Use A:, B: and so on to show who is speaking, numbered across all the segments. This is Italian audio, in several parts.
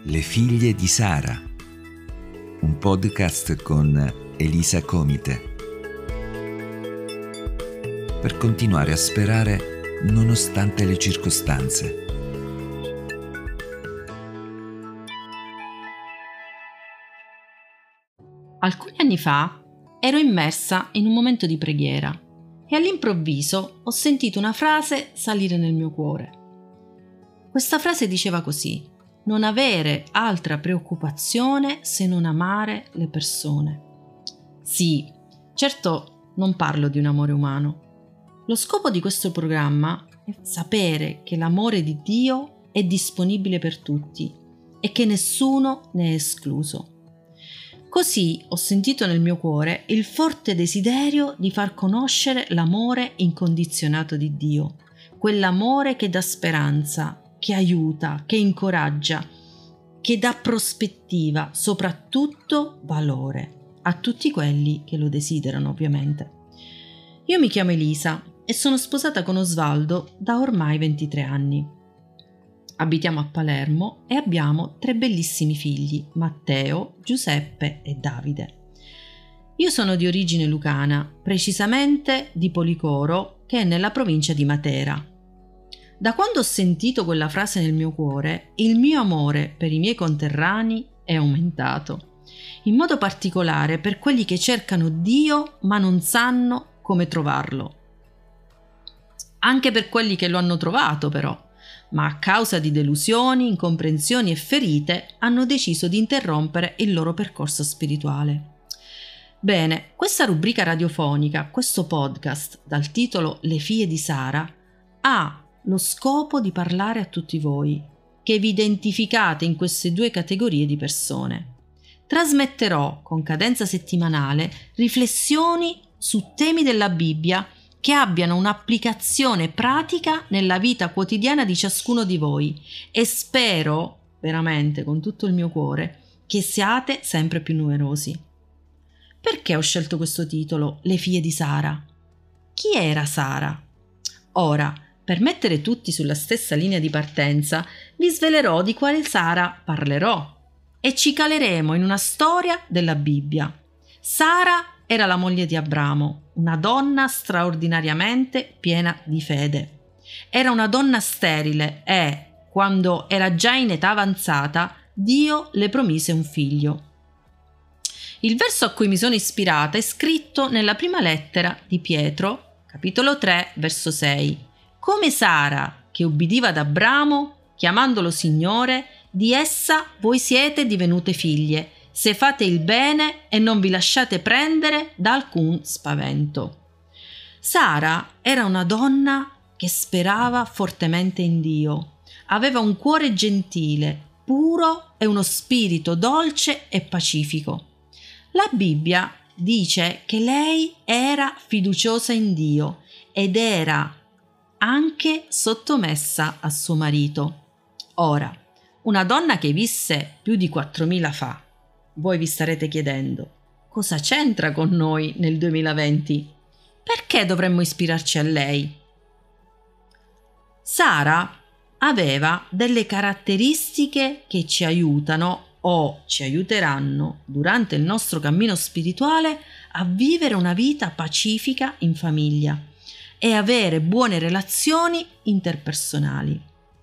A: Le figlie di Sara, un podcast con Elisa Comite, per continuare a sperare nonostante le circostanze.
B: Alcuni anni fa ero immersa in un momento di preghiera e all'improvviso ho sentito una frase salire nel mio cuore. Questa frase diceva così: non avere altra preoccupazione se non amare le persone. Sì, certo non parlo di un amore umano. Lo scopo di questo programma è sapere che l'amore di Dio è disponibile per tutti e che nessuno ne è escluso. Così ho sentito nel mio cuore il forte desiderio di far conoscere l'amore incondizionato di Dio, quell'amore che dà speranza, che aiuta, che incoraggia, che dà prospettiva, soprattutto valore a tutti quelli che lo desiderano, ovviamente. Io mi chiamo Elisa e sono sposata con Osvaldo da ormai 23 anni. Abitiamo a Palermo e abbiamo 3 bellissimi figli, Matteo, Giuseppe e Davide. Io sono di origine lucana, precisamente di Policoro, che è nella provincia di Matera. Da quando ho sentito quella frase nel mio cuore, il mio amore per i miei conterranei è aumentato, in modo particolare per quelli che cercano Dio ma non sanno come trovarlo. Anche per quelli che lo hanno trovato, però, ma a causa di delusioni, incomprensioni e ferite hanno deciso di interrompere il loro percorso spirituale. Bene, questa rubrica radiofonica, questo podcast dal titolo Le figlie di Sara, ha lo scopo di parlare a tutti voi, che vi identificate in queste 2 categorie di persone. Trasmetterò con cadenza settimanale riflessioni su temi della Bibbia che abbiano un'applicazione pratica nella vita quotidiana di ciascuno di voi e spero, veramente con tutto il mio cuore, che siate sempre più numerosi. Perché ho scelto questo titolo, Le figlie di Sara? Chi era Sara? Ora, per mettere tutti sulla stessa linea di partenza, vi svelerò di quale Sara parlerò e ci caleremo in una storia della Bibbia. Sara era la moglie di Abramo, una donna straordinariamente piena di fede. Era una donna sterile e, quando era già in età avanzata, Dio le promise un figlio. Il verso a cui mi sono ispirata è scritto nella prima lettera di Pietro, capitolo 3, verso 6. Come Sara, che ubbidiva ad Abramo, chiamandolo Signore, di essa voi siete divenute figlie, se fate il bene e non vi lasciate prendere da alcun spavento. Sara era una donna che sperava fortemente in Dio, aveva un cuore gentile, puro e uno spirito dolce e pacifico. La Bibbia dice che lei era fiduciosa in Dio ed era anche sottomessa a suo marito. Ora, una donna che visse più di 4000 fa, voi vi starete chiedendo, cosa c'entra con noi nel 2020? Perché dovremmo ispirarci a lei? Sara aveva delle caratteristiche che ci aiutano o ci aiuteranno durante il nostro cammino spirituale a vivere una vita pacifica in famiglia e avere buone relazioni interpersonali.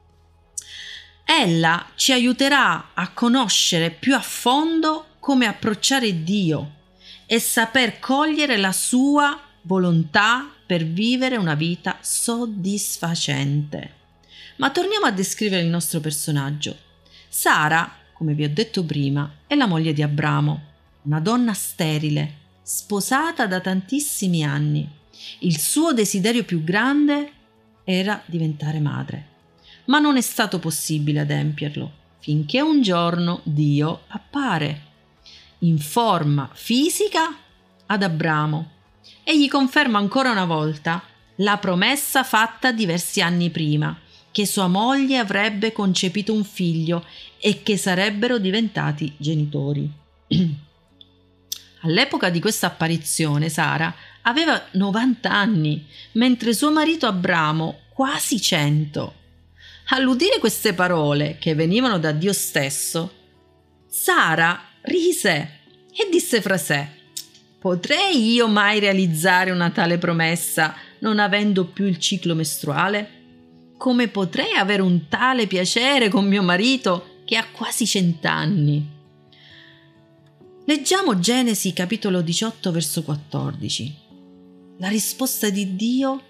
B: Ella ci aiuterà a conoscere più a fondo come approcciare Dio e saper cogliere la sua volontà per vivere una vita soddisfacente. Ma torniamo a descrivere il nostro personaggio. Sara, come vi ho detto prima, è la moglie di Abramo, una donna sterile, sposata da tantissimi anni. Il suo desiderio più grande era diventare madre, ma non è stato possibile adempierlo finché un giorno Dio appare in forma fisica ad Abramo e gli conferma ancora una volta la promessa fatta diversi anni prima, che sua moglie avrebbe concepito un figlio e che sarebbero diventati genitori. All'epoca di questa apparizione Sara aveva 90 anni, mentre suo marito Abramo quasi 100. All'udire queste parole che venivano da Dio stesso, Sara rise e disse fra sé: potrei io mai realizzare una tale promessa non avendo più il ciclo mestruale? Come potrei avere un tale piacere con mio marito che ha quasi 100 anni? Leggiamo Genesi capitolo 18 verso 14. La risposta di Dio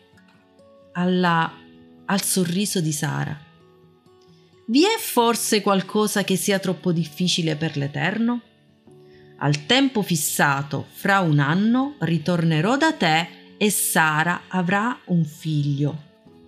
B: al sorriso di Sara. Vi è forse qualcosa che sia troppo difficile per l'Eterno? Al tempo fissato, fra 1 anno, ritornerò da te e Sara avrà un figlio.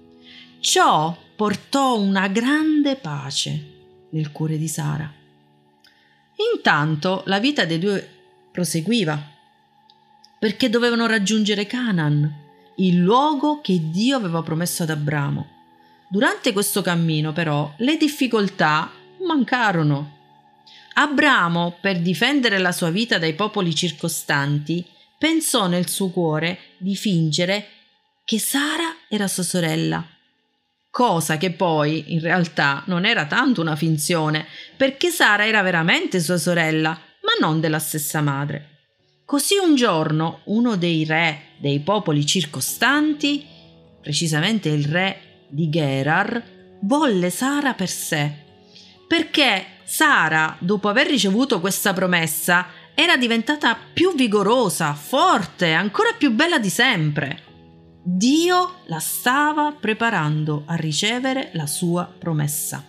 B: Ciò portò una grande pace nel cuore di Sara. Intanto la vita dei due proseguiva, perché dovevano raggiungere Canaan, il luogo che Dio aveva promesso ad Abramo. Durante questo cammino, però, le difficoltà mancarono. Abramo, per difendere la sua vita dai popoli circostanti, pensò nel suo cuore di fingere che Sara era sua sorella, cosa che poi in realtà non era tanto una finzione, perché Sara era veramente sua sorella, ma non della stessa madre. Così un giorno uno dei re dei popoli circostanti, precisamente il re di Gerar, volle Sara per sé, perché Sara, dopo aver ricevuto questa promessa, era diventata più vigorosa, forte, ancora più bella di sempre. Dio la stava preparando a ricevere la sua promessa.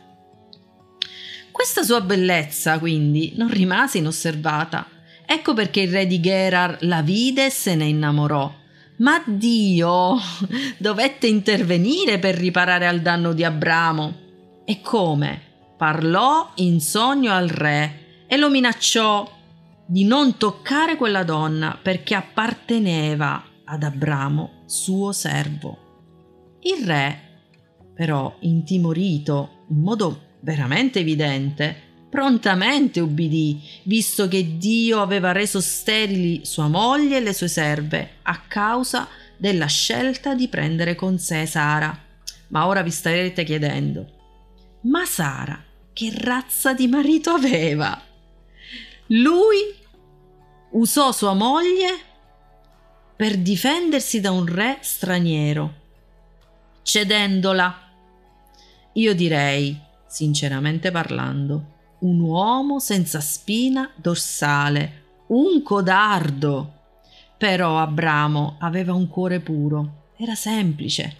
B: Questa sua bellezza, quindi, non rimase inosservata. Ecco perché il re di Gerar la vide e se ne innamorò. Ma Dio dovette intervenire per riparare al danno di Abramo. E come? Parlò in sogno al re e lo minacciò di non toccare quella donna perché apparteneva ad Abramo, suo servo. Il re, però, intimorito in modo veramente evidente, prontamente ubbidì, visto che Dio aveva reso sterili sua moglie e le sue serve a causa della scelta di prendere con sé Sara. Ma ora vi starete chiedendo: ma Sara che razza di marito aveva? Lui usò sua moglie per difendersi da un re straniero, cedendola. Io direi, sinceramente parlando, un uomo senza spina dorsale, un codardo. Però Abramo aveva un cuore puro, era semplice,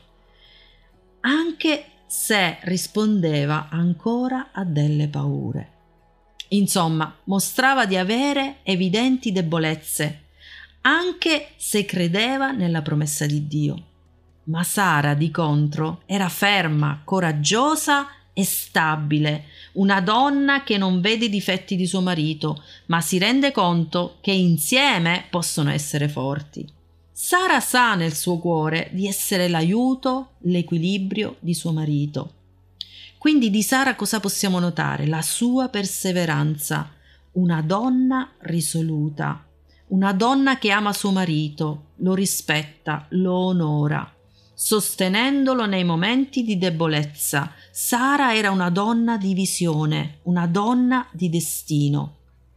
B: anche se rispondeva ancora a delle paure. Insomma, mostrava di avere evidenti debolezze, anche se credeva nella promessa di Dio. Ma Sara, di contro, era ferma, coraggiosa e stabile, una donna che non vede i difetti di suo marito, ma si rende conto che insieme possono essere forti. Sara sa nel suo cuore di essere l'aiuto, l'equilibrio di suo marito. Quindi di Sara cosa possiamo notare? La sua perseveranza, una donna risoluta, una donna che ama suo marito, lo rispetta, lo onora, sostenendolo nei momenti di debolezza. Sara era una donna di visione, una donna di destino.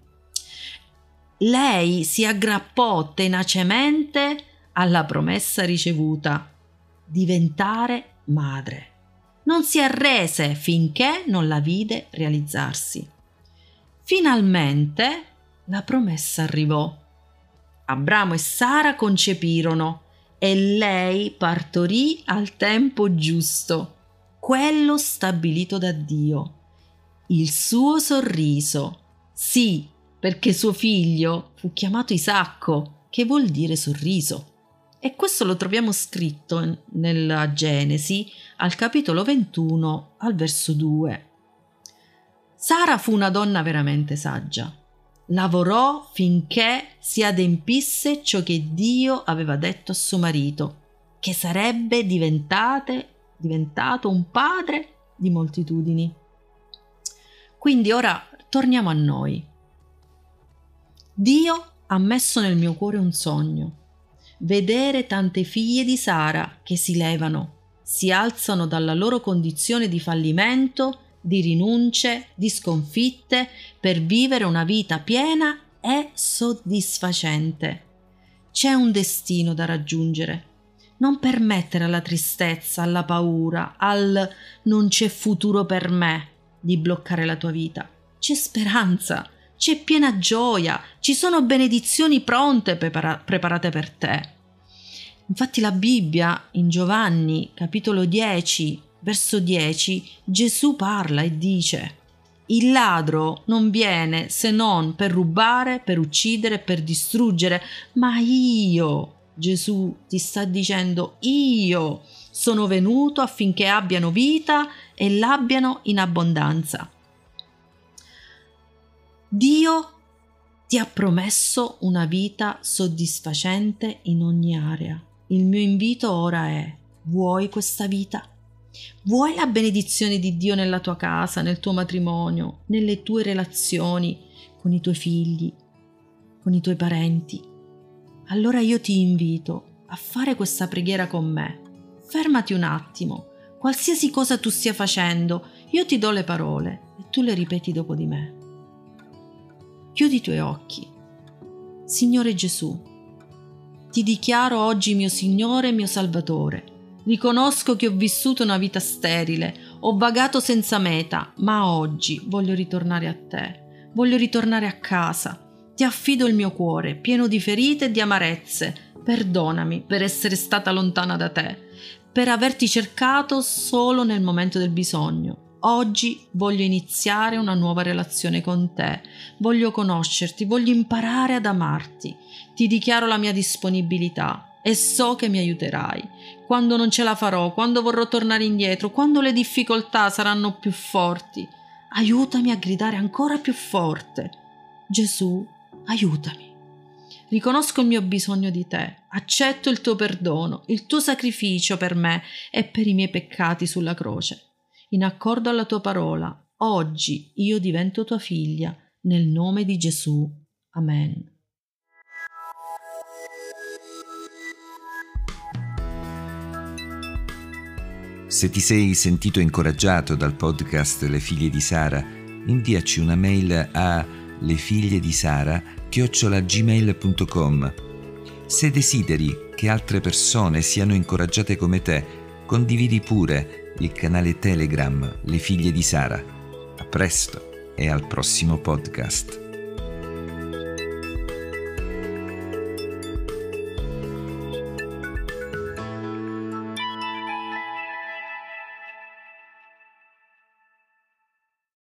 B: Lei si aggrappò tenacemente alla promessa ricevuta: diventare madre. Non si arrese finché non la vide realizzarsi. Finalmente la promessa arrivò. Abramo e Sara concepirono e lei partorì al tempo giusto, quello stabilito da Dio. Il suo sorriso, sì, perché suo figlio fu chiamato Isacco, che vuol dire sorriso. E questo lo troviamo scritto nella Genesi al capitolo 21 al verso 2. Sara fu una donna veramente saggia. Lavorò finché si adempisse ciò che Dio aveva detto a suo marito, che sarebbe diventato un padre di moltitudini. Quindi ora torniamo a noi. Dio ha messo nel mio cuore un sogno: vedere tante figlie di Sara che si levano, si alzano dalla loro condizione di fallimento, di rinunce, di sconfitte, per vivere una vita piena e soddisfacente. C'è un destino da raggiungere. Non permettere alla tristezza, alla paura, al non c'è futuro per me di bloccare la tua vita. C'è speranza, c'è piena gioia, ci sono benedizioni pronte preparate per te. Infatti la Bibbia, in Giovanni, capitolo 10, verso 10, Gesù parla e dice: il ladro non viene se non per rubare, per uccidere, per distruggere, ma io, Gesù ti sta dicendo, io sono venuto affinché abbiano vita e l'abbiano in abbondanza. Dio ti ha promesso una vita soddisfacente in ogni area. Il mio invito ora è: vuoi questa vita? Vuoi la benedizione di Dio nella tua casa, nel tuo matrimonio, nelle tue relazioni con i tuoi figli, con i tuoi parenti? Allora io ti invito a fare questa preghiera con me. Fermati un attimo, qualsiasi cosa tu stia facendo, io ti do le parole e tu le ripeti dopo di me. Chiudi i tuoi occhi. Signore Gesù, ti dichiaro oggi mio Signore e mio Salvatore. Riconosco che ho vissuto una vita sterile, ho vagato senza meta, ma oggi voglio ritornare a te, voglio ritornare a casa. Ti affido il mio cuore, pieno di ferite e di amarezze. Perdonami per essere stata lontana da te, per averti cercato solo nel momento del bisogno. Oggi voglio iniziare una nuova relazione con te, voglio conoscerti, voglio imparare ad amarti. Ti dichiaro la mia disponibilità e so che mi aiuterai. Quando non ce la farò, quando vorrò tornare indietro, quando le difficoltà saranno più forti, aiutami a gridare ancora più forte. Gesù, aiutami. Riconosco il mio bisogno di te, accetto il tuo perdono, il tuo sacrificio per me e per i miei peccati sulla croce. In accordo alla tua parola, oggi io divento tua figlia, nel nome di Gesù. Amen.
A: Se ti sei sentito incoraggiato dal podcast Le Figlie di Sara, inviaci una mail a lefigliedisara@gmail.com. Se desideri che altre persone siano incoraggiate come te, condividi pure il canale Telegram Le Figlie di Sara. A presto e al prossimo podcast.